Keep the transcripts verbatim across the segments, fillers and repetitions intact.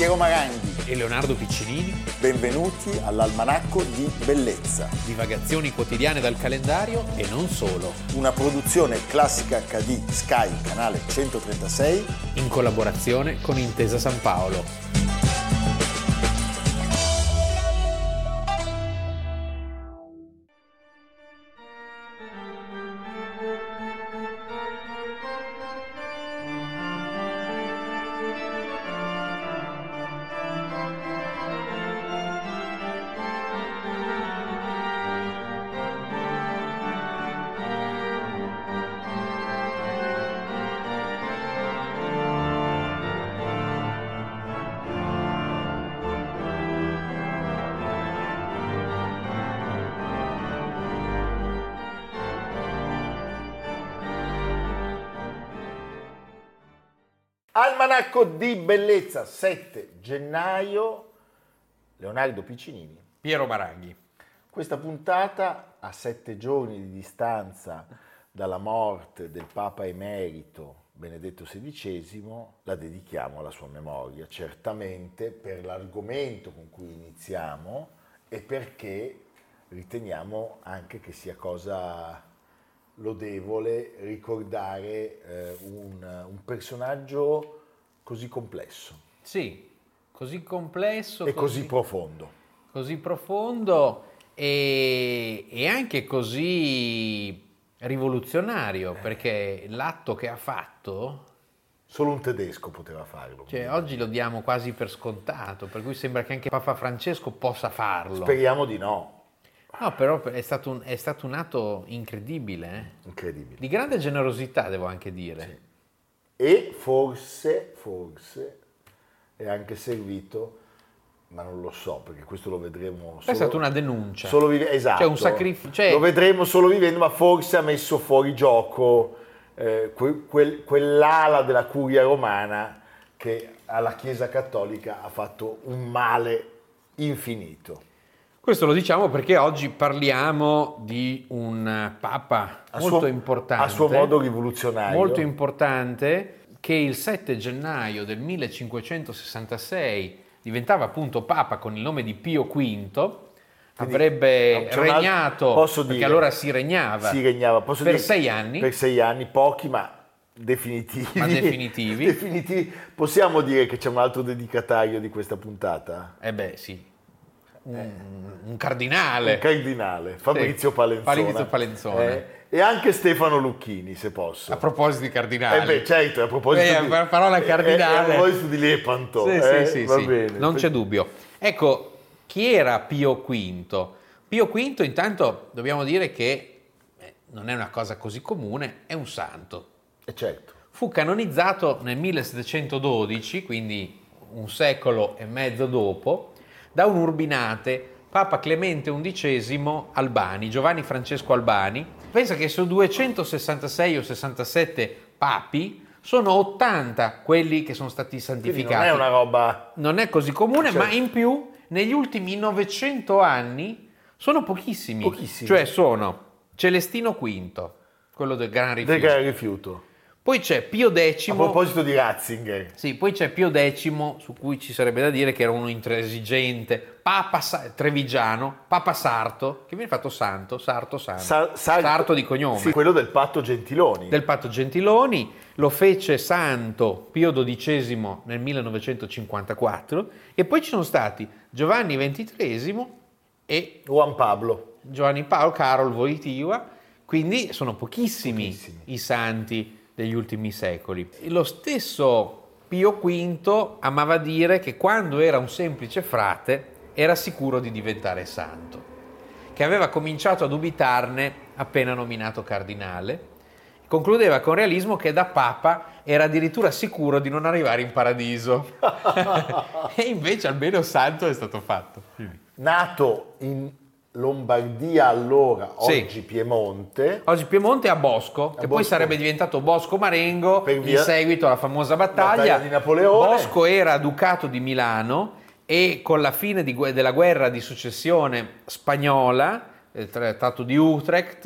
Piero Maranghi e Leonardo Piccinini. Benvenuti all'Almanacco di Bellezza. Divagazioni quotidiane dal calendario e non solo. Una produzione Classica acca di Sky, canale centotrentasei. In collaborazione con Intesa San Paolo. Almanacco di Bellezza, sette gennaio, Leonardo Piccinini. Piero Maranghi. Questa puntata, a sette giorni di distanza dalla morte del Papa Emerito Benedetto sedicesimo, la dedichiamo alla sua memoria, certamente per l'argomento con cui iniziamo e perché riteniamo anche che sia cosa lodevole ricordare eh, un, un personaggio così complesso. Sì, così complesso. E così, così profondo. Così profondo e, e anche così rivoluzionario, perché l'atto che ha fatto... Solo un tedesco poteva farlo. Cioè, oggi lo diamo quasi per scontato, per cui sembra che anche Papa Francesco possa farlo. Speriamo di no. No, però è stato un, è stato un atto incredibile, eh? Incredibile. Di grande generosità, devo anche dire. Sì. E forse, forse è anche servito, ma non lo so, perché questo lo vedremo solo... È stata una denuncia. Solo vive, esatto. Cioè un sacrificio. Cioè... Lo vedremo solo vivendo, ma forse ha messo fuori gioco eh, quel, quel, quell'ala della curia romana che alla Chiesa Cattolica ha fatto un male infinito. Questo lo diciamo perché oggi parliamo di un Papa a molto suo, importante. A suo modo rivoluzionario. Molto importante, che il sette gennaio del millecinquecentosessantasei diventava appunto Papa con il nome di Pio Quinto. Quindi avrebbe regnato, posso perché dire, allora si regnava, si regnava posso per dire, sei anni. Per sei anni, pochi ma definitivi. Ma definitivi. definitivi. Possiamo dire che c'è un altro dedicatario di questa puntata? Eh beh, sì. Un, un cardinale. Un cardinale, Fabrizio sì. Palenzona. Fabrizio Palenzona. Eh, e anche Stefano Lucchini, se posso. A proposito di cardinali. Eh beh, certo, a proposito eh, di... La parola cardinale. Eh, a proposito di Lepanto. Sì, eh, sì, sì, va sì. bene. Non c'è dubbio. Ecco, chi era Pio Quinto? Pio Quinto, intanto, dobbiamo dire che eh, non è una cosa così comune, è un santo. Eh certo. Fu canonizzato nel millesettecentododici, quindi un secolo e mezzo dopo, da un urbinate, Papa Clemente undicesimo Albani, Giovanni Francesco Albani. Pensa che su duecentosessantasei o sessantasette papi sono ottanta quelli che sono stati santificati. Quindi non è una roba... Non è così comune, certo. Ma in più negli ultimi novecento anni sono pochissimi. Pochissimi. Cioè sono Celestino quinto, quello del Gran Rifiuto. Del Gran Rifiuto. Poi c'è Pio decimo. A proposito di Ratzinger. Sì, poi c'è Pio decimo, su cui ci sarebbe da dire che era uno intransigente, Papa Sa- Trevigiano, Papa Sarto, che viene fatto santo, Sarto Santo, Sa- Sarto, Sarto di cognome. Sì, quello del Patto Gentiloni. Del Patto Gentiloni, lo fece santo Pio dodicesimo nel millenovecentocinquantaquattro e poi ci sono stati Giovanni ventitreesimo e Juan Pablo. Giovanni Paolo Carol Wojtyła, quindi sono pochissimi, pochissimi i santi degli ultimi secoli. Lo stesso Pio Quinto amava dire che quando era un semplice frate era sicuro di diventare santo, che aveva cominciato a dubitarne appena nominato cardinale. Concludeva con realismo che da Papa era addirittura sicuro di non arrivare in paradiso. E invece almeno santo è stato fatto. Nato in Lombardia allora, oggi sì. Piemonte. Oggi Piemonte a Bosco, a che Bosco. Poi sarebbe diventato Bosco Marengo per via, in seguito alla famosa battaglia. battaglia di Napoleone. Bosco era ducato di Milano e con la fine di, della guerra di successione spagnola, il trattato di Utrecht,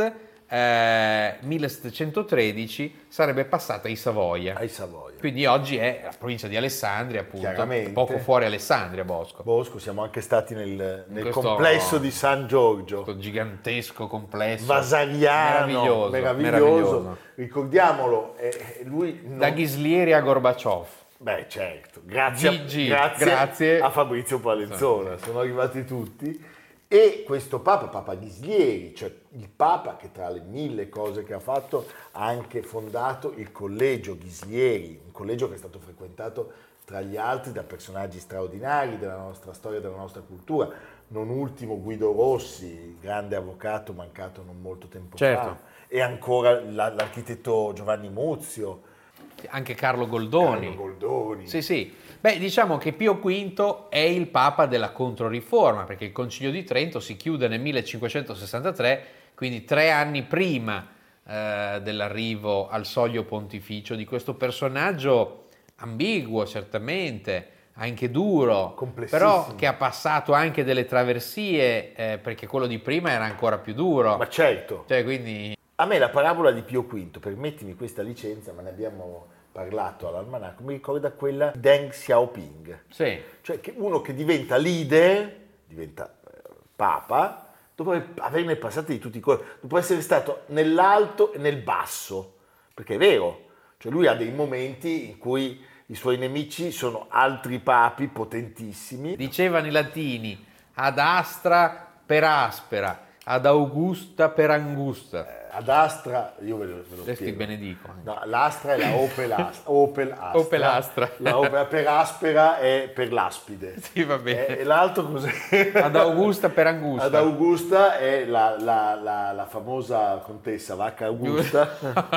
eh, millesettecentotredici sarebbe passata ai Savoia. Ai Savoia. Quindi oggi è la provincia di Alessandria, appunto, Chiaramente. poco fuori Alessandria, Bosco. Bosco, siamo anche stati nel, nel questo- complesso di San Giorgio. Questo gigantesco complesso. Vasariano, meraviglioso, meraviglioso. meraviglioso. Ricordiamolo, eh, lui non... Da Ghislieri a Gorbaciov. Beh, certo, grazie, a- Gigi, grazie, grazie. a Fabrizio Palenzona, sono arrivati tutti. E questo Papa, Papa Ghislieri, cioè il Papa che tra le mille cose che ha fatto ha anche fondato il Collegio Ghislieri, un collegio che è stato frequentato tra gli altri da personaggi straordinari della nostra storia, della nostra cultura, non ultimo Guido Rossi, grande avvocato mancato non molto tempo Certo. fa, e ancora la- l'architetto Giovanni Muzio, Anche Carlo Goldoni. Carlo Goldoni. Sì, sì. Beh, diciamo che Pio V è il Papa della Controriforma, perché il Concilio di Trento si chiude nel millecinquecentosessantatré, quindi tre anni prima eh, dell'arrivo al soglio pontificio di questo personaggio ambiguo, certamente, anche duro, Complessissimo. però che ha passato anche delle traversie, eh, perché quello di prima era ancora più duro. Ma certo. Cioè, quindi... A me la parabola di Pio V, permettimi questa licenza, ma ne abbiamo parlato all'almanacco, mi ricorda quella di Deng Xiaoping, Sì. cioè che uno che diventa leader, diventa eh, papa, dopo aver- averne passati di tutti i colori, dopo essere stato nell'alto e nel basso, perché è vero, cioè lui ha dei momenti in cui i suoi nemici sono altri papi potentissimi. Dicevano i latini, ad astra per aspera, ad augusta per angusta. Ad Astra, io ve lo, ve lo Questo ti spiego. benedico. No, l'Astra è la Opel Astra. Opel Astra. Opel Astra. La Opel per aspera è per l'aspide. Sì, va bene. E, e l'altro cos'è? Ad augusta per angusta. Ad Augusta è la, la, la, la famosa contessa Vacca Augusta,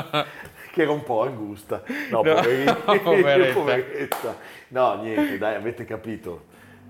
che era un po' angusta. No, No, poverina. poveretta. Poveretta. No, niente, dai, avete capito.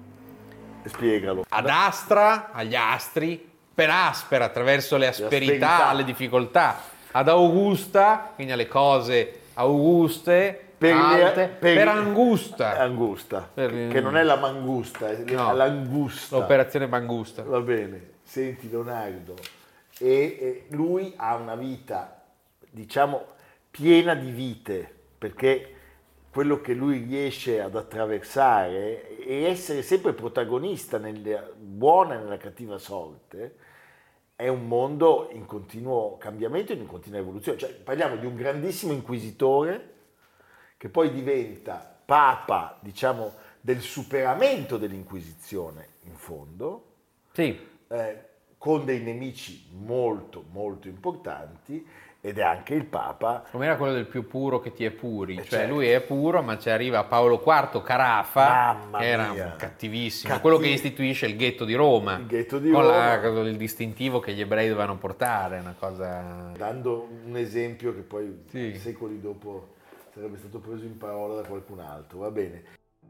Spiegalo. Ad astra, agli astri, per aspera, attraverso le asperità, asperità. le difficoltà. Ad augusta, quindi alle cose auguste, Per le- alte, per- per, angusta. Angusta, Per- che, che non è la mangusta, è No. l'angusta. L'operazione mangusta. Va bene, senti Leonardo, e, e lui ha una vita, diciamo, piena di vite, perché quello che lui riesce ad attraversare e essere sempre protagonista nella buona e nella cattiva sorte è un mondo in continuo cambiamento e in continua evoluzione. Cioè, parliamo di un grandissimo inquisitore che poi diventa papa, diciamo, del superamento dell'Inquisizione in fondo, Sì, eh, con dei nemici molto molto importanti, ed è anche il papa. com'era quello del più puro che ti è puri, Eh, cioè certo. lui è puro, ma ci arriva Paolo quarto Carafa, Mamma che era mia. un cattivissimo, Cattivo. quello che istituisce il ghetto di Roma, Il ghetto di con Roma. la- con il distintivo che gli ebrei dovevano portare, una cosa... Dando un esempio che poi Sì. secoli dopo sarebbe stato preso in parola da qualcun altro, va bene.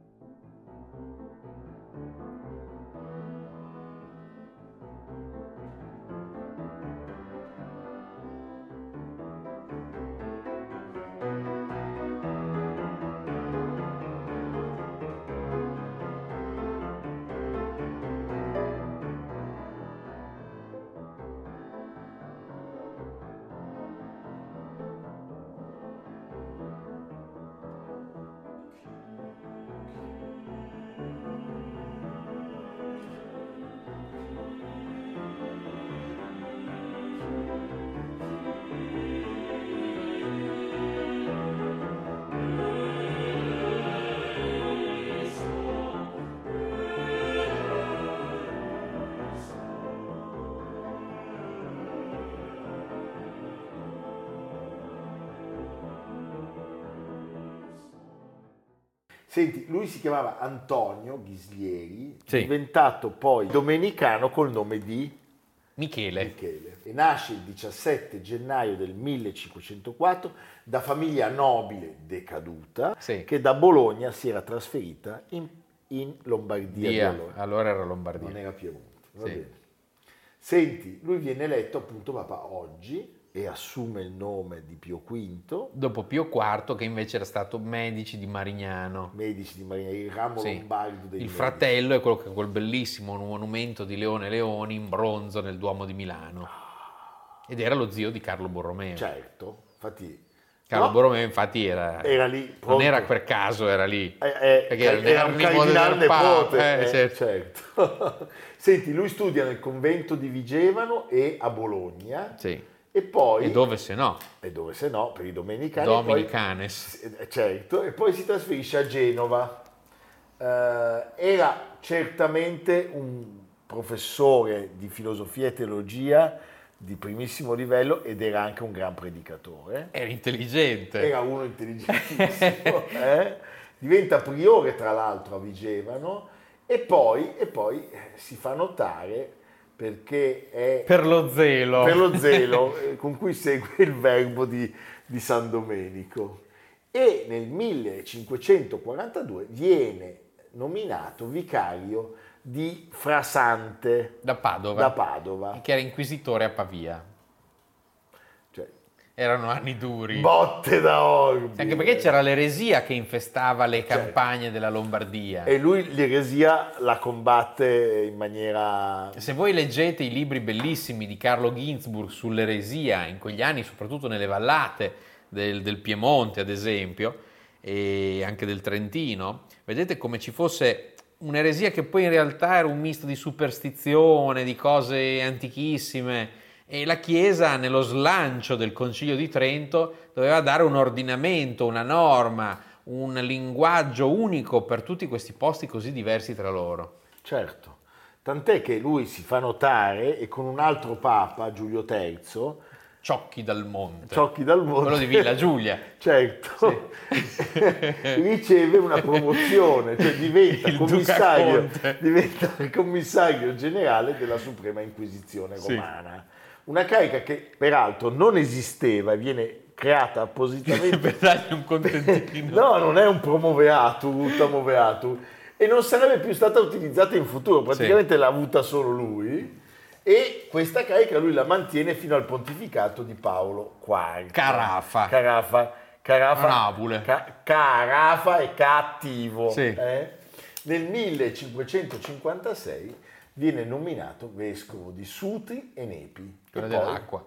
Senti, lui si chiamava Antonio Ghislieri, Sì. diventato poi domenicano col nome di Michele. Michele, e nasce il diciassette gennaio del millecinquecentoquattro da famiglia nobile decaduta, Sì. che da Bologna si era trasferita in, in Lombardia di Via, allora. allora era Lombardia. Non era Piemonte, va Sì. bene. Senti, lui viene eletto appunto papa oggi e assume il nome di Pio V, Dopo Pio quarto, che invece era stato Medici di Marignano. Medici di Marina, il ramo Sì. lombardo dei Il Medici. fratello è quello che ha quel bellissimo monumento di Leone Leoni in bronzo nel Duomo di Milano. Ed era lo zio di Carlo Borromeo. Certo, infatti... Carlo no, Borromeo infatti era, era lì, pronto. Non era per caso, era lì. Eh, eh, perché era, era un cardinale nepote. Eh, Eh, certo. certo. Senti, lui studia nel convento di Vigevano e a Bologna. Sì. E poi... E dove se no? E dove se no, per i domenicani. Dominicanes. Poi, certo, e poi si trasferisce a Genova. Eh, era certamente un professore di filosofia e teologia di primissimo livello ed era anche un gran predicatore. Era intelligente. Era uno intelligentissimo. eh? Diventa priore, tra l'altro, a Vigevano e poi, e poi si fa notare perché è... Per lo zelo. Per lo zelo eh, con cui segue il verbo di, di San Domenico. E nel millecinquecentoquarantadue viene nominato vicario di Frasante da Padova, da Padova. Che era inquisitore a Pavia. Cioè, erano anni duri. Botte da orbi. Anche perché c'era l'eresia che infestava le campagne certo. della Lombardia. E lui l'eresia la combatte in maniera... Se voi leggete i libri bellissimi di Carlo Ginzburg sull'eresia, in quegli anni, soprattutto nelle vallate del, del Piemonte, ad esempio, e anche del Trentino, vedete come ci fosse un'eresia che poi in realtà era un misto di superstizione, di cose antichissime, e la Chiesa nello slancio del Concilio di Trento doveva dare un ordinamento, una norma, un linguaggio unico per tutti questi posti così diversi tra loro. Certo, tant'è che lui si fa notare e con un altro papa, Giulio terzo, Ciocchi dal Monte. Ciocchi dal Monte. Quello di Villa Giulia. Certo. Sì. Riceve una promozione, cioè diventa commissario, diventa commissario generale della Suprema Inquisizione Romana. Sì. Una carica che peraltro non esisteva e viene creata appositamente per dargli un contentino. No, non è un promoveatur, utamoveatur, e non sarebbe più stata utilizzata in futuro, praticamente sì. L'ha avuta solo lui. E questa carica lui la mantiene fino al pontificato di Paolo quarto. Carafa. Carafa. Carafa. Napoli. Ca- Carafa è cattivo. Sì. Eh? Nel millecinquecentocinquantasei viene nominato vescovo di Sutri e Nepi. Quella e dell'acqua.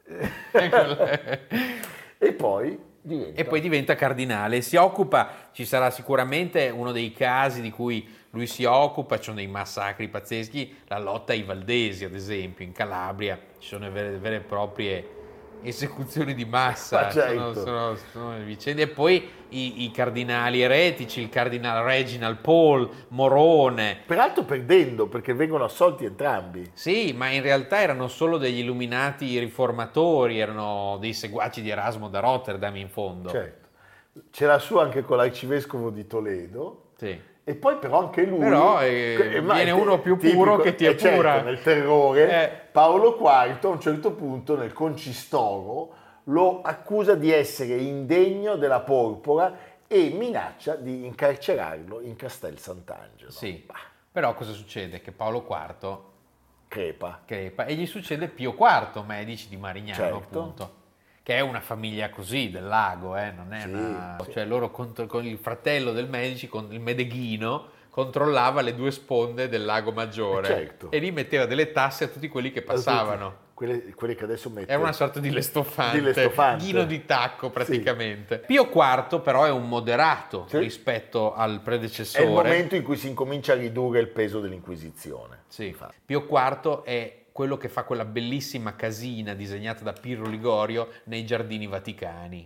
Poi... e poi... Diventa. E poi diventa cardinale. Si occupa, ci sarà sicuramente uno dei casi di cui lui si occupa, ci sono dei massacri pazzeschi, la lotta ai Valdesi ad esempio, in Calabria ci sono vere, vere e proprie esecuzioni di massa, certo. sono, sono, sono vicende. E poi i, i cardinali eretici, il cardinale Reginald Paul, Morone. Peraltro perdendo, perché vengono assolti entrambi. Sì, ma in realtà erano solo degli illuminati riformatori, erano dei seguaci di Erasmo da Rotterdam in fondo. Certo. Ce l'ha su anche con l'arcivescovo di Toledo. Sì. E poi però anche lui... Però eh, viene uno più puro tipico, che ti è appura. Certo, nel terrore, eh. Paolo quarto a un certo punto nel concistoro lo accusa di essere indegno della porpora e minaccia di incarcerarlo in Castel Sant'Angelo. Sì, bah. Però cosa succede? Che Paolo quarto crepa. crepa e gli succede Pio quarto, Medici di Marignano, certo. appunto. Che è una famiglia così, del lago, eh? Non è sì, una... sì. Cioè loro contro... con il fratello del Medici, con il Medeghino, controllava le due sponde del lago Maggiore. Certo. E lì metteva delle tasse a tutti quelli che passavano. Quelle, quelle che adesso mette... Era una sorta di lestofante, di lestofante. ghino di tacco praticamente. Sì. Pio quarto però è un moderato sì. rispetto al predecessore. È il momento in cui si incomincia a ridurre il peso dell'Inquisizione. Sì. Infatti. Pio quarto è quello che fa quella bellissima casina disegnata da Pirro Ligorio nei Giardini Vaticani.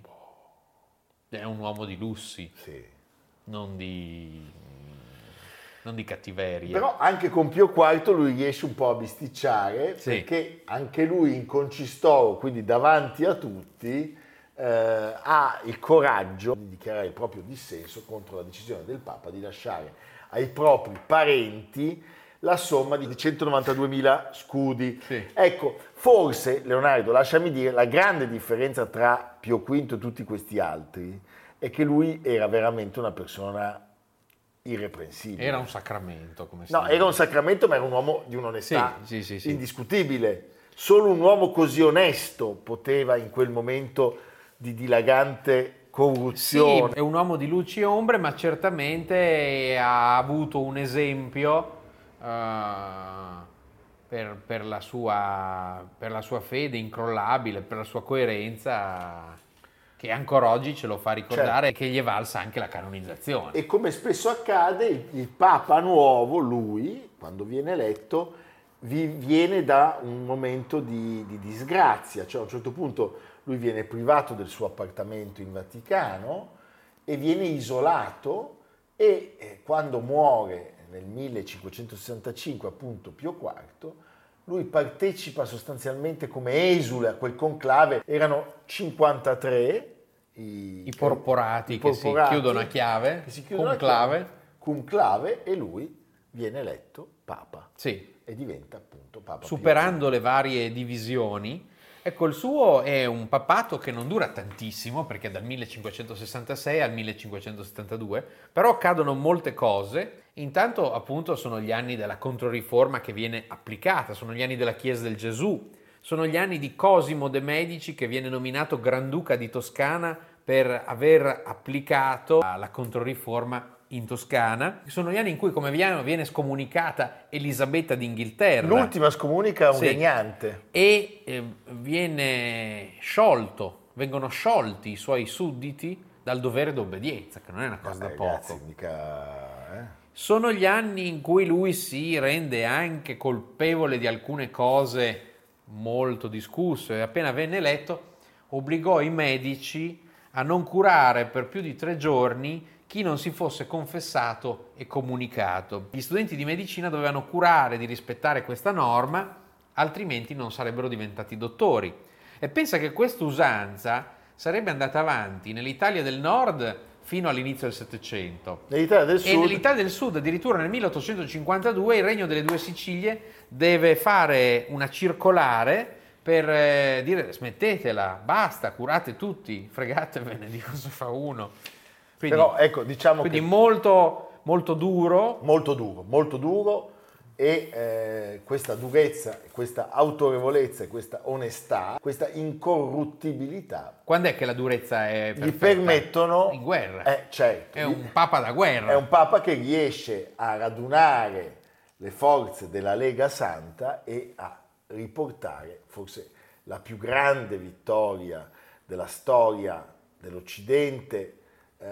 È un uomo di lussi, sì. non di, non di cattiverie. Però anche con Pio quarto lui riesce un po' a bisticciare, sì. perché anche lui in concistoro, quindi davanti a tutti, eh, ha il coraggio di dichiarare il proprio dissenso contro la decisione del Papa di lasciare ai propri parenti la somma di centonovantaduemila scudi. Sì. Ecco, forse, Leonardo, lasciami dire, la grande differenza tra Pio quinto e tutti questi altri è che lui era veramente una persona irreprensibile. Era un sacramento, come si No, dice. era un sacramento, ma era un uomo di un'onestà sì, sì, sì, sì. indiscutibile. Solo un uomo così onesto poteva in quel momento di dilagante corruzione. Sì, è un uomo di luci e ombre, ma certamente ha avuto un esempio Uh, per, per, la sua, per la sua fede incrollabile, per la sua coerenza, che ancora oggi ce lo fa ricordare, certo, che gli è valsa anche la canonizzazione. E come spesso accade, il, il Papa nuovo, lui, quando viene eletto, vi, viene da un momento di, di disgrazia, cioè a un certo punto lui viene privato del suo appartamento in Vaticano e viene isolato, e eh, quando muore nel millecinquecentosessantacinque appunto Pio quarto, lui partecipa sostanzialmente come esule a quel conclave. Erano cinquantatré i, I porporati, i che porporati si chiudono a chiave, che si chiudono conclave. a chiave, conclave, e lui viene eletto Papa, sì, e diventa appunto Papa, superando le varie divisioni. Ecco, il suo è un papato che non dura tantissimo, perché è dal millecinquecentosessantasei al millecinquecentosettantadue, però accadono molte cose. Intanto appunto sono gli anni della Controriforma che viene applicata, sono gli anni della Chiesa del Gesù, sono gli anni di Cosimo de' Medici, che viene nominato Granduca di Toscana per aver applicato la Controriforma in Toscana. Sono gli anni in cui, come vediamo, viene scomunicata Elisabetta d'Inghilterra. L'ultima scomunica un sì. regnante. E eh, viene sciolto, vengono sciolti i suoi sudditi dal dovere d'obbedienza, che non è una cosa eh, da poco. Ragazzi, mica, eh? Sono gli anni in cui lui si rende anche colpevole di alcune cose molto discusse, e appena venne eletto obbligò i medici a non curare per più di tre giorni chi non si fosse confessato e comunicato. Gli studenti di medicina dovevano curare di rispettare questa norma, altrimenti non sarebbero diventati dottori. E pensa che questa usanza sarebbe andata avanti nell'Italia del Nord fino all'inizio del Settecento. Nell'Italia del Sud. E nell'Italia del Sud, addirittura nel milleottocentocinquantadue, il Regno delle Due Sicilie deve fare una circolare per eh, dire smettetela, basta, curate tutti, fregatevene di cosa fa uno. Quindi, Però ecco, diciamo quindi che molto, molto duro. Molto duro, molto duro, e eh, questa durezza, questa autorevolezza e questa onestà, questa incorruttibilità. Quando è che la durezza è perfetta? Gli permettono... In guerra. Eh, certo. È un papa da guerra. È un papa che riesce a radunare le forze della Lega Santa e a riportare forse la più grande vittoria della storia dell'Occidente, eh,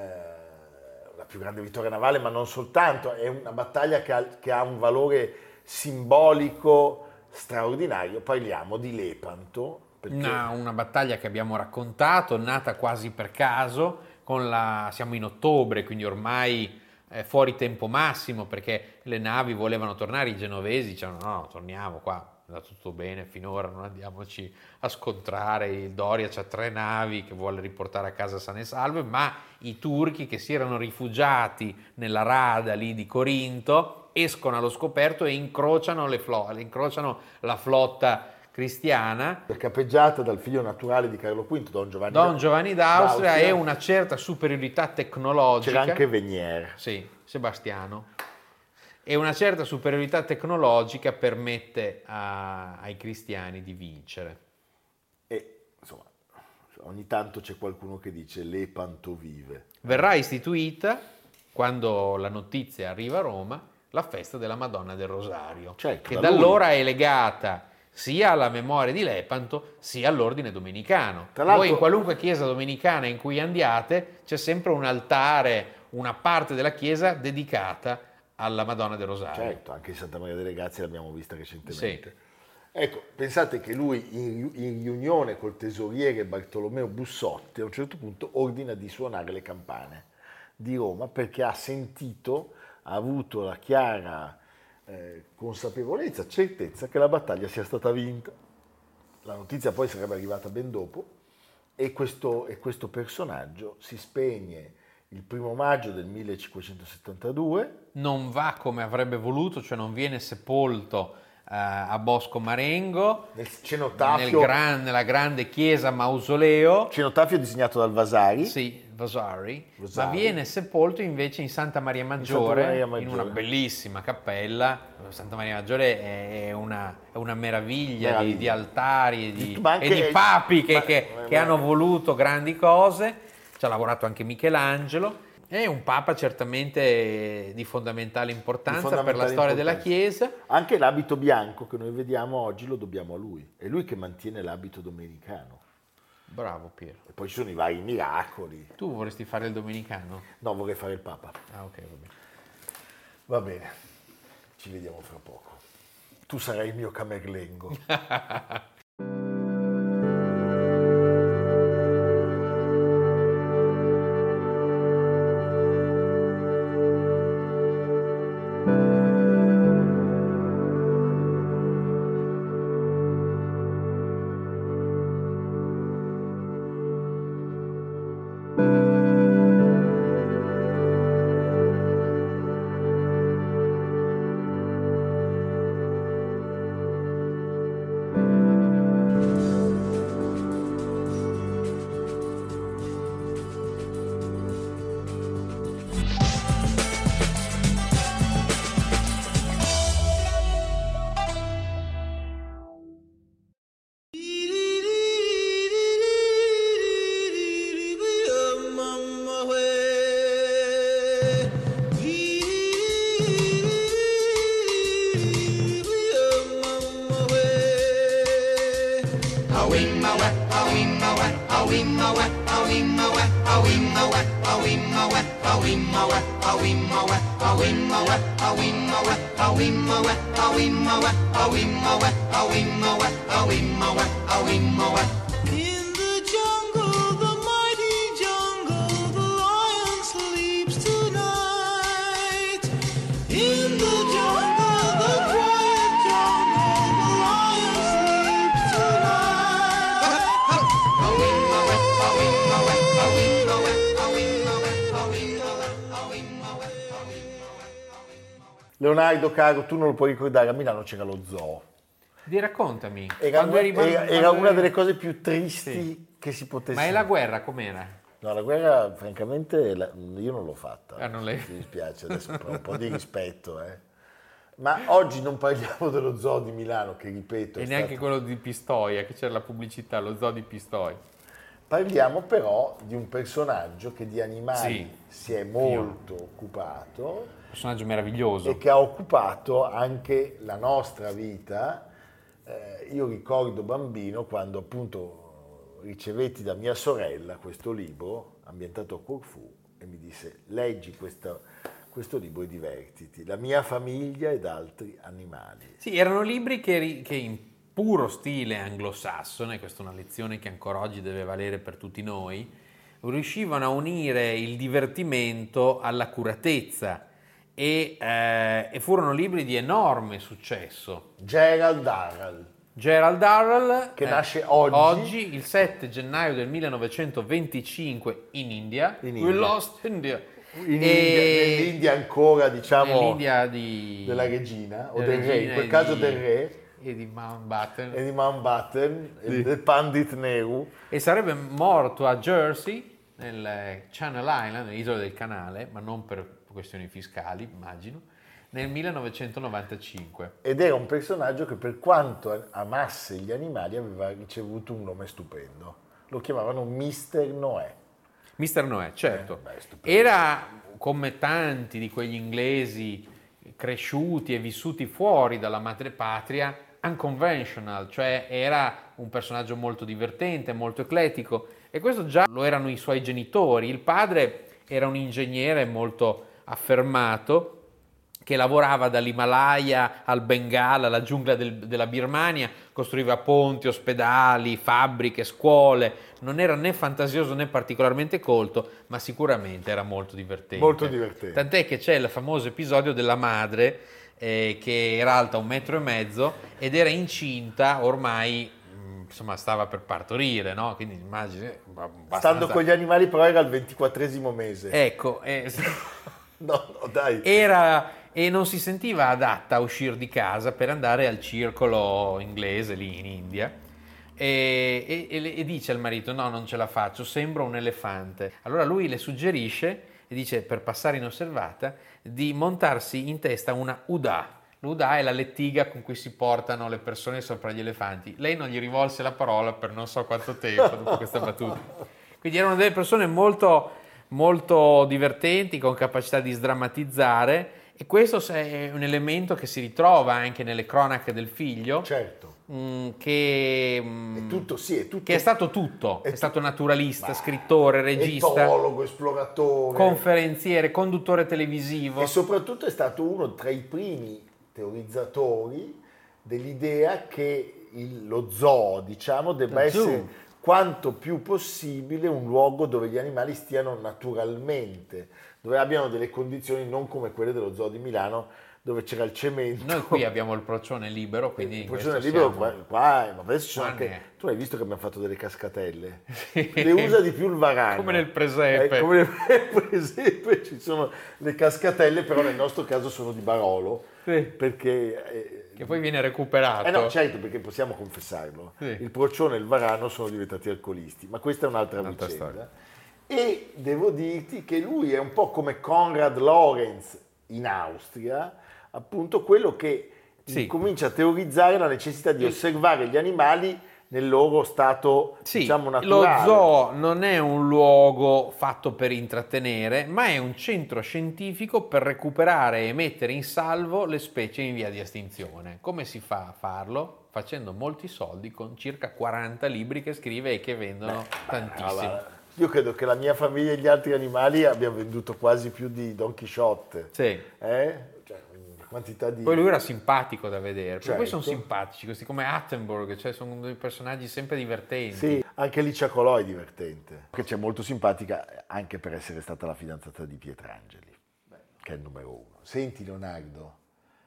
la più grande vittoria navale, ma non soltanto. È una battaglia che ha, che ha un valore simbolico straordinario. Parliamo di Lepanto. Perché... Una, una battaglia che abbiamo raccontato, nata quasi per caso, con la, siamo in ottobre, quindi ormai è fuori tempo massimo, perché le navi volevano tornare, i genovesi dicevano no, no, torniamo qua, è andato tutto bene finora, non andiamoci a scontrare, il Doria c'ha tre navi che vuole riportare a casa sane e salve, ma i turchi che si erano rifugiati nella rada lì di Corinto escono allo scoperto e incrociano, le flo- incrociano la flotta cristiana, capeggiata dal figlio naturale di Carlo quinto, Don Giovanni, Don Giovanni d'Austria, d'Austria. E una certa superiorità tecnologica. C'era anche Venier. Sì, Sebastiano. E una certa superiorità tecnologica permette a, ai cristiani di vincere. E insomma, ogni tanto c'è qualcuno che dice Lepanto vive. Verrà istituita, quando la notizia arriva a Roma, la festa della Madonna del Rosario, certo, che da da allora lui. è legata sia alla memoria di Lepanto sia all'ordine domenicano. Tra l'altro, voi in qualunque chiesa domenicana in cui andiate c'è sempre un altare, una parte della chiesa dedicata alla Madonna del Rosario. Certo, anche in Santa Maria delle Grazie l'abbiamo vista recentemente. Sì. Ecco, pensate che lui in, in riunione col tesoriere Bartolomeo Bussotti a un certo punto ordina di suonare le campane di Roma, perché ha sentito, ha avuto la chiara eh, consapevolezza, certezza che la battaglia sia stata vinta. La notizia poi sarebbe arrivata ben dopo, e questo, e questo personaggio si spegne il primo maggio del millecinquecentosettantadue. Non va come avrebbe voluto, cioè non viene sepolto eh, a Bosco Marengo, Nel cenotafio, nel gran, nella grande chiesa mausoleo, cenotafio disegnato dal Vasari. sì, Vasari, Vasari. ma viene sepolto invece in Santa Maria Maggiore, in, Santa Maria Maggiore. una bellissima cappella. Santa Maria Maggiore è una, è una meraviglia, Meraviglia. Di, di altari e di, Ma anche- e di papi che, ma- che- ma- che hanno voluto grandi cose. Ci ha lavorato anche Michelangelo. È un papa certamente di fondamentale importanza Di fondamentale per la storia importanza. della Chiesa. Anche l'abito bianco che noi vediamo oggi lo dobbiamo a lui. È lui che mantiene l'abito domenicano. Bravo Piero. E poi ci sono i vari miracoli. Tu vorresti fare il domenicano? No, vorrei fare il papa. Ah, ok, va bene. Va bene, ci vediamo fra poco. Tu sarai il mio camerlengo. In the jungle, the mighty jungle, the lion sleeps tonight. In the jungle, the quiet jungle, the lion sleeps tonight. Leonardo, caro, tu non lo puoi ricordare, a Milano c'era lo zoo. Di raccontami. Era, Quando eri- era- quando era una eri- delle cose più tristi Sì. che si potesse. Ma è la guerra com'era? No, la guerra, francamente, la- io non l'ho fatta. Ah, non l'hai- Mi dispiace, adesso però un po' di rispetto, eh. Ma oggi non parliamo dello zoo di Milano, che ripeto, E è neanche stato- quello di Pistoia, che c'era la pubblicità, lo zoo di Pistoia. Parliamo però di un personaggio che di animali Sì. si è molto occupato Personaggio meraviglioso. e che ha occupato anche la nostra vita. Eh, io ricordo bambino quando appunto ricevetti da mia sorella questo libro ambientato a Corfù e mi disse: leggi questa- questo libro e divertiti, la mia famiglia ed altri animali. Sì, erano libri che, ri- che in puro stile anglosassone, questa è una lezione che ancora oggi deve valere per tutti noi, riuscivano a unire il divertimento all'accuratezza e, eh, e furono libri di enorme successo. Gerald Darrell. Gerald Darrell, Che nasce oggi. il sette gennaio del millenovecentoventicinque in India. In We India. lost India. In E- India- nell'India ancora, diciamo, nell'India di, della regina, o della del re, in regina quel e caso di- del re, e di Mountbatten. e di Mountbatten, e del Pandit Nehru. E sarebbe morto a Jersey, nel Channel Island, nell'isola del canale, ma non per questioni fiscali, immagino, nel millenovecentonovantacinque. Ed era un personaggio che, per quanto amasse gli animali, aveva ricevuto un nome stupendo. Lo chiamavano mister Noè. mister Noè, certo. Eh, beh, stupendo. Era, come tanti di quegli inglesi cresciuti e vissuti fuori dalla madrepatria, unconventional, cioè era un personaggio molto divertente, molto eclettico, e questo già lo erano i suoi genitori. Il padre era un ingegnere molto affermato che lavorava dall'Himalaya al Bengala, alla giungla del- della Birmania, costruiva ponti, ospedali, fabbriche, scuole. Non era né fantasioso né particolarmente colto, ma sicuramente era molto divertente. Molto divertente. Tant'è che c'è il famoso episodio della madre eh, che era alta un metro e mezzo ed era incinta, ormai mh, insomma stava per partorire, no? Quindi immagini eh, abbastanza- Stando con gli animali, però era al ventiquattresimo mese. Ecco, eh, No, no, dai. era e non si sentiva adatta a uscire di casa per andare al circolo inglese lì in India e, e- e le- e dice al marito: no, non ce la faccio, sembro un elefante. Allora lui le suggerisce e dice, per passare inosservata, di montarsi in testa una Uda. L'Uda è la lettiga con cui si portano le persone sopra gli elefanti. Lei non gli rivolse la parola per non so quanto tempo dopo questa battuta. Quindi erano delle persone molto molto divertenti, con capacità di sdrammatizzare, e questo è un elemento che si ritrova anche nelle cronache del figlio, Certo. mh, che, È mh, tutto, sì, è tutto. che è stato tutto, è, tu- stato naturalista, Ma- scrittore, regista, etologo, esploratore. conferenziere, conduttore televisivo. E soprattutto è stato uno tra i primi teorizzatori dell'idea che il- lo zoo, diciamo, debba Lo zoo. essere quanto più possibile un luogo dove gli animali stiano naturalmente, dove abbiano delle condizioni non come quelle dello zoo di Milano, dove c'era il cemento. Noi qui abbiamo il procione libero, quindi in il questo procione libero siamo- qua, qua, ma adesso ci sono Qua anche, ne è. tu hai visto che abbiamo fatto delle cascatelle, le usa di più il varano. Come nel presepe. Eh, come nel presepe ci sono le cascatelle, però nel nostro caso sono di Barolo, Sì. perché eh, Che poi viene recuperato. eh no, certo, perché possiamo confessarlo. Sì. Il procione e il varano sono diventati alcolisti, ma questa è un'altra, Un'altra vicenda. storia. E devo dirti che lui è un po' come Konrad Lorenz in Austria, appunto quello che Sì. comincia a teorizzare la necessità di osservare gli animali nel loro stato, Sì, diciamo, lo naturale. zoo non è un luogo fatto per intrattenere, ma è un centro scientifico per recuperare e mettere in salvo le specie in via di estinzione. Come si fa a farlo? Facendo molti soldi con circa quaranta libri che scrive e che vendono tantissimo. Allora, io credo che la mia famiglia e gli altri animali abbiano venduto quasi più di Don Chisciotte. Sì. Eh? Cioè, una quantità di... Poi lui era simpatico da vedere, perché poi sono Certo. simpatici, questi come Attenborough, cioè sono dei personaggi sempre divertenti. Sì, anche Licia Colò è divertente, che c'è molto simpatica anche per essere stata la fidanzata di Pietrangeli, che è il numero uno. Senti Leonardo,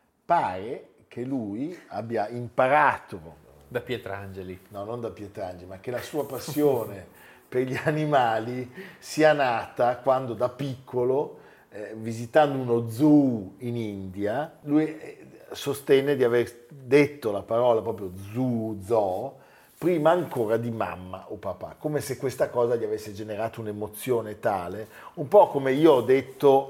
pare che lui abbia imparato, Da Pietrangeli. no non da Pietrangeli, ma che la sua passione per gli animali sia nata quando da piccolo, eh, visitando uno zoo in India, lui eh, sostenne di aver detto la parola proprio zoo, zoo, prima ancora di mamma o papà, come se questa cosa gli avesse generato un'emozione tale, un po' come io ho detto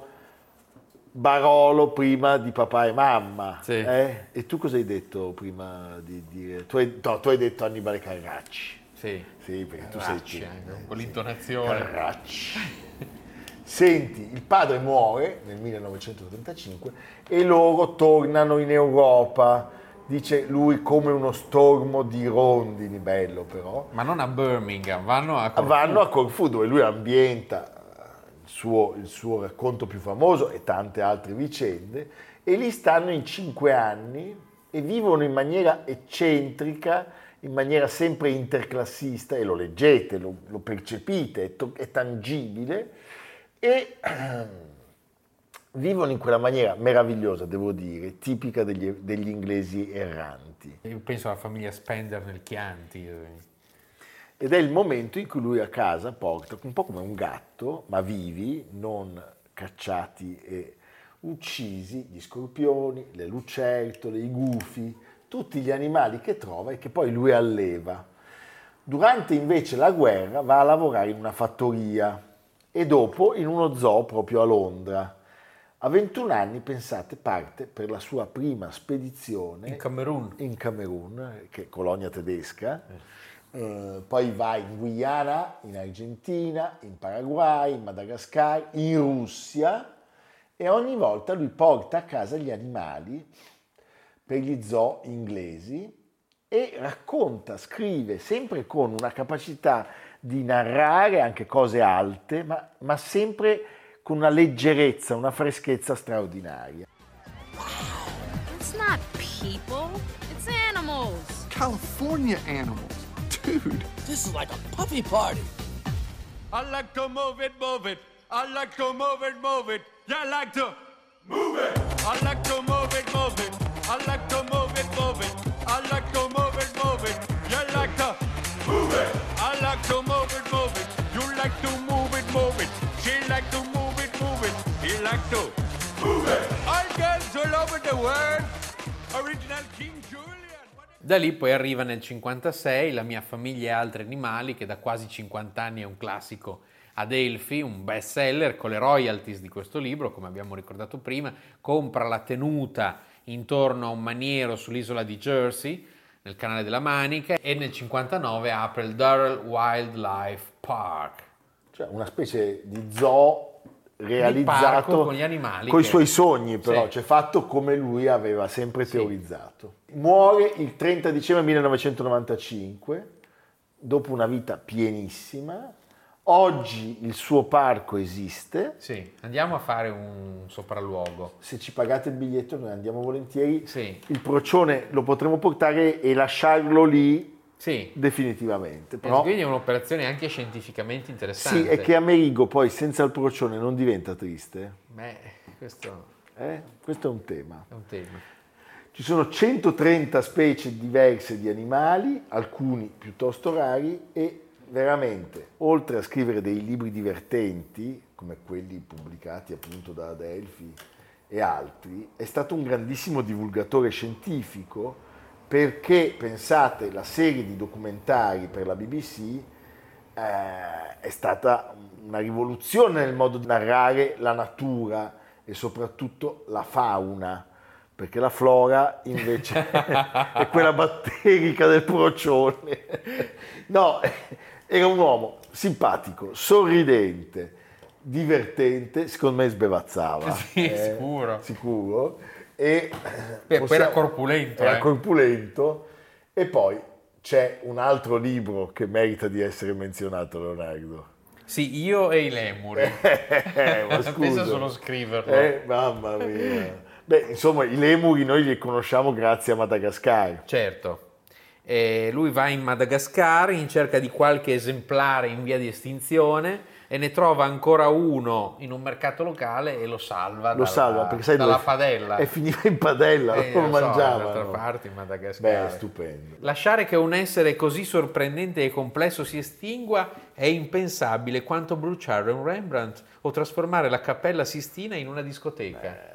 Barolo prima di papà e mamma. Sì. eh? E tu cosa hai detto prima di dire? Tu hai, no, tu hai detto Annibale Carracci. Sì. Sì, perché tu Carracci sei anche, con l'intonazione. Carracci. Senti, il padre muore nel millenovecentotrentacinque e loro tornano in Europa. Dice lui come uno stormo di rondini, bello però. Ma non a Birmingham, vanno a Corfù. Vanno a Corfù dove lui ambienta il suo, il suo racconto più famoso e tante altre vicende, e lì stanno in cinque anni e vivono in maniera eccentrica, in maniera sempre interclassista, e lo leggete, lo, lo percepite, è, to- è tangibile, e vivono in quella maniera meravigliosa, devo dire, tipica degli, degli inglesi erranti. Io penso alla famiglia Spender nel Chianti. Ed è il momento in cui lui a casa porta, un po' come un gatto, ma vivi, non cacciati e uccisi, gli scorpioni, le lucertole, i gufi, tutti gli animali che trova e che poi lui alleva. Durante invece la guerra va a lavorare in una fattoria e dopo in uno zoo proprio a Londra. A ventuno anni, pensate, parte per la sua prima spedizione In Camerun. in Camerun, che è colonia tedesca, eh, poi va in Guyana, in Argentina, in Paraguay, in Madagascar, in Russia, e ogni volta lui porta a casa gli animali per gli zoo inglesi e racconta, scrive, sempre con una capacità di narrare anche cose alte, ma, ma sempre con una leggerezza, una freschezza straordinaria. It's not people, it's animals. California animals. Dude. This is like a puppy party. I like to move it, move it. I like to move it, move it. Yeah, I like to move it. I like to move it, move it. I like to move it, move it. I like to move it, move it. You like to move it. I like to move it, move it. You like to move it, move it. She like to move it, move it. He like to move it. All girls all over the world. Original King Julian. Da lì poi arriva nel cinquantasei La mia famiglia e altri animali, che da quasi cinquanta anni è un classico ad Elfi, un best seller con le royalties di questo libro, come abbiamo ricordato prima. Compra la tenuta intorno a un maniero sull'isola di Jersey, nel canale della Manica, e nel cinquantanove apre il Durrell Wildlife Park. cioè una specie di zoo realizzato parco con gli animali con i che- suoi sogni, però, Sì. cioè fatto come lui aveva sempre teorizzato. Muore il trenta dicembre millenovecentonovantacinque, dopo una vita pienissima. Oggi il suo parco esiste. Sì, andiamo a fare un sopralluogo. Se ci pagate il biglietto noi andiamo volentieri. Sì. Il procione lo potremo portare e lasciarlo lì Sì, definitivamente. e Però quindi è un'operazione anche scientificamente interessante. sì, è che Amerigo poi senza il procione non diventa triste. Beh, questo Eh? Questo è un tema. è un tema. Ci sono centotrenta specie diverse di animali, alcuni piuttosto rari, e veramente, oltre a scrivere dei libri divertenti, come quelli pubblicati appunto da Adelphi e altri, è stato un grandissimo divulgatore scientifico, perché, pensate, la serie di documentari per la B B C eh, è stata una rivoluzione nel modo di narrare la natura e soprattutto la fauna, perché la flora invece è quella batterica del procione. No, era un uomo simpatico, sorridente, divertente, secondo me sbevazzava. Sì, sicuro. Sicuro. E Beh, poi era corpulento, Era eh. corpulento. E poi c'è un altro libro che merita di essere menzionato, Leonardo. Sì, io e i lemuri. Eh, ma scusa. Pensa solo a scriverlo. Eh, mamma mia. Beh, insomma, i lemuri noi li conosciamo grazie a Madagascar. Certo. E lui va in Madagascar in cerca di qualche esemplare in via di estinzione e ne trova ancora uno in un mercato locale e lo salva, Lo dalla, salva perché sai dalla dove padella. E finiva in padella, Eh, lo lo so, mangiavano. dall'altra parte in Madagascar. Beh, stupendo. Lasciare che un essere così sorprendente e complesso si estingua è impensabile quanto bruciare un Rembrandt o trasformare la Cappella Sistina in una discoteca.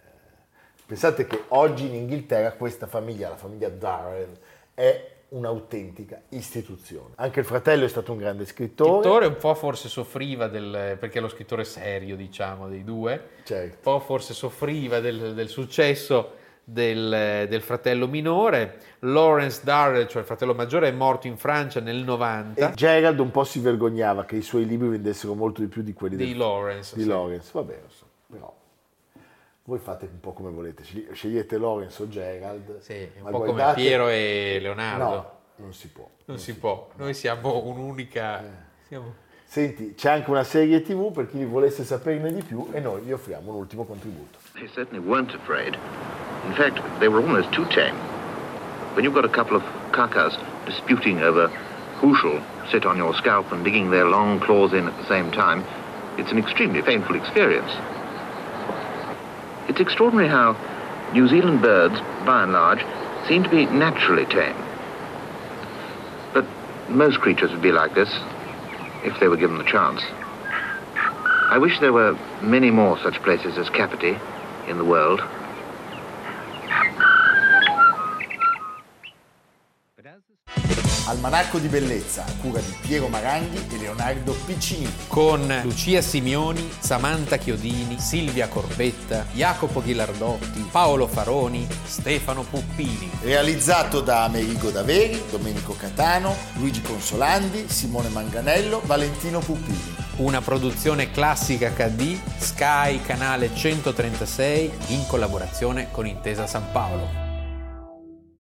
Pensate che oggi in Inghilterra questa famiglia, la famiglia Darrell, è un'autentica istituzione. Anche il fratello è stato un grande Il scrittore. scrittore un po' forse soffriva del, perché è lo scrittore serio, diciamo, dei due, Certo. un po' forse soffriva del, del successo del, del fratello minore. Lawrence Darrell, cioè il fratello maggiore, è morto in Francia nel novanta. E Gerald un po' si vergognava che i suoi libri vendessero molto di più di quelli Di del- Lawrence, di sì. Lawrence. Va bene, so, però voi fate un po' come volete, Scegli- scegliete Lawrence o Gerald. Sì, è un ma po' come guardate- Piero e Leonardo. No, non si può. Non si può, noi siamo un'unica... siamo- Senti, c'è anche una serie tivù per chi volesse saperne di più e noi vi offriamo un ultimo contributo. They certainly weren't afraid. In fact, they were almost too tame. When you've got a couple of kakas disputing over who shall sit on your scalp and digging their long claws in at the same time, it's an extremely painful experience. It's extraordinary how New Zealand birds, by and large, seem to be naturally tame. But most creatures would be like this if they were given the chance. I wish there were many more such places as Kapiti in the world. Almanacco di bellezza a cura di Piero Maranghi e Leonardo Piccini. Con Lucia Simioni, Samantha Chiodini, Silvia Corbetta, Jacopo Ghilardotti, Paolo Faroni, Stefano Puppini. Realizzato da Amerigo Daveri, Domenico Catano, Luigi Consolandi, Simone Manganello, Valentino Puppini. Una produzione classica acca di Sky Canale centotrentasei in collaborazione con Intesa San Paolo.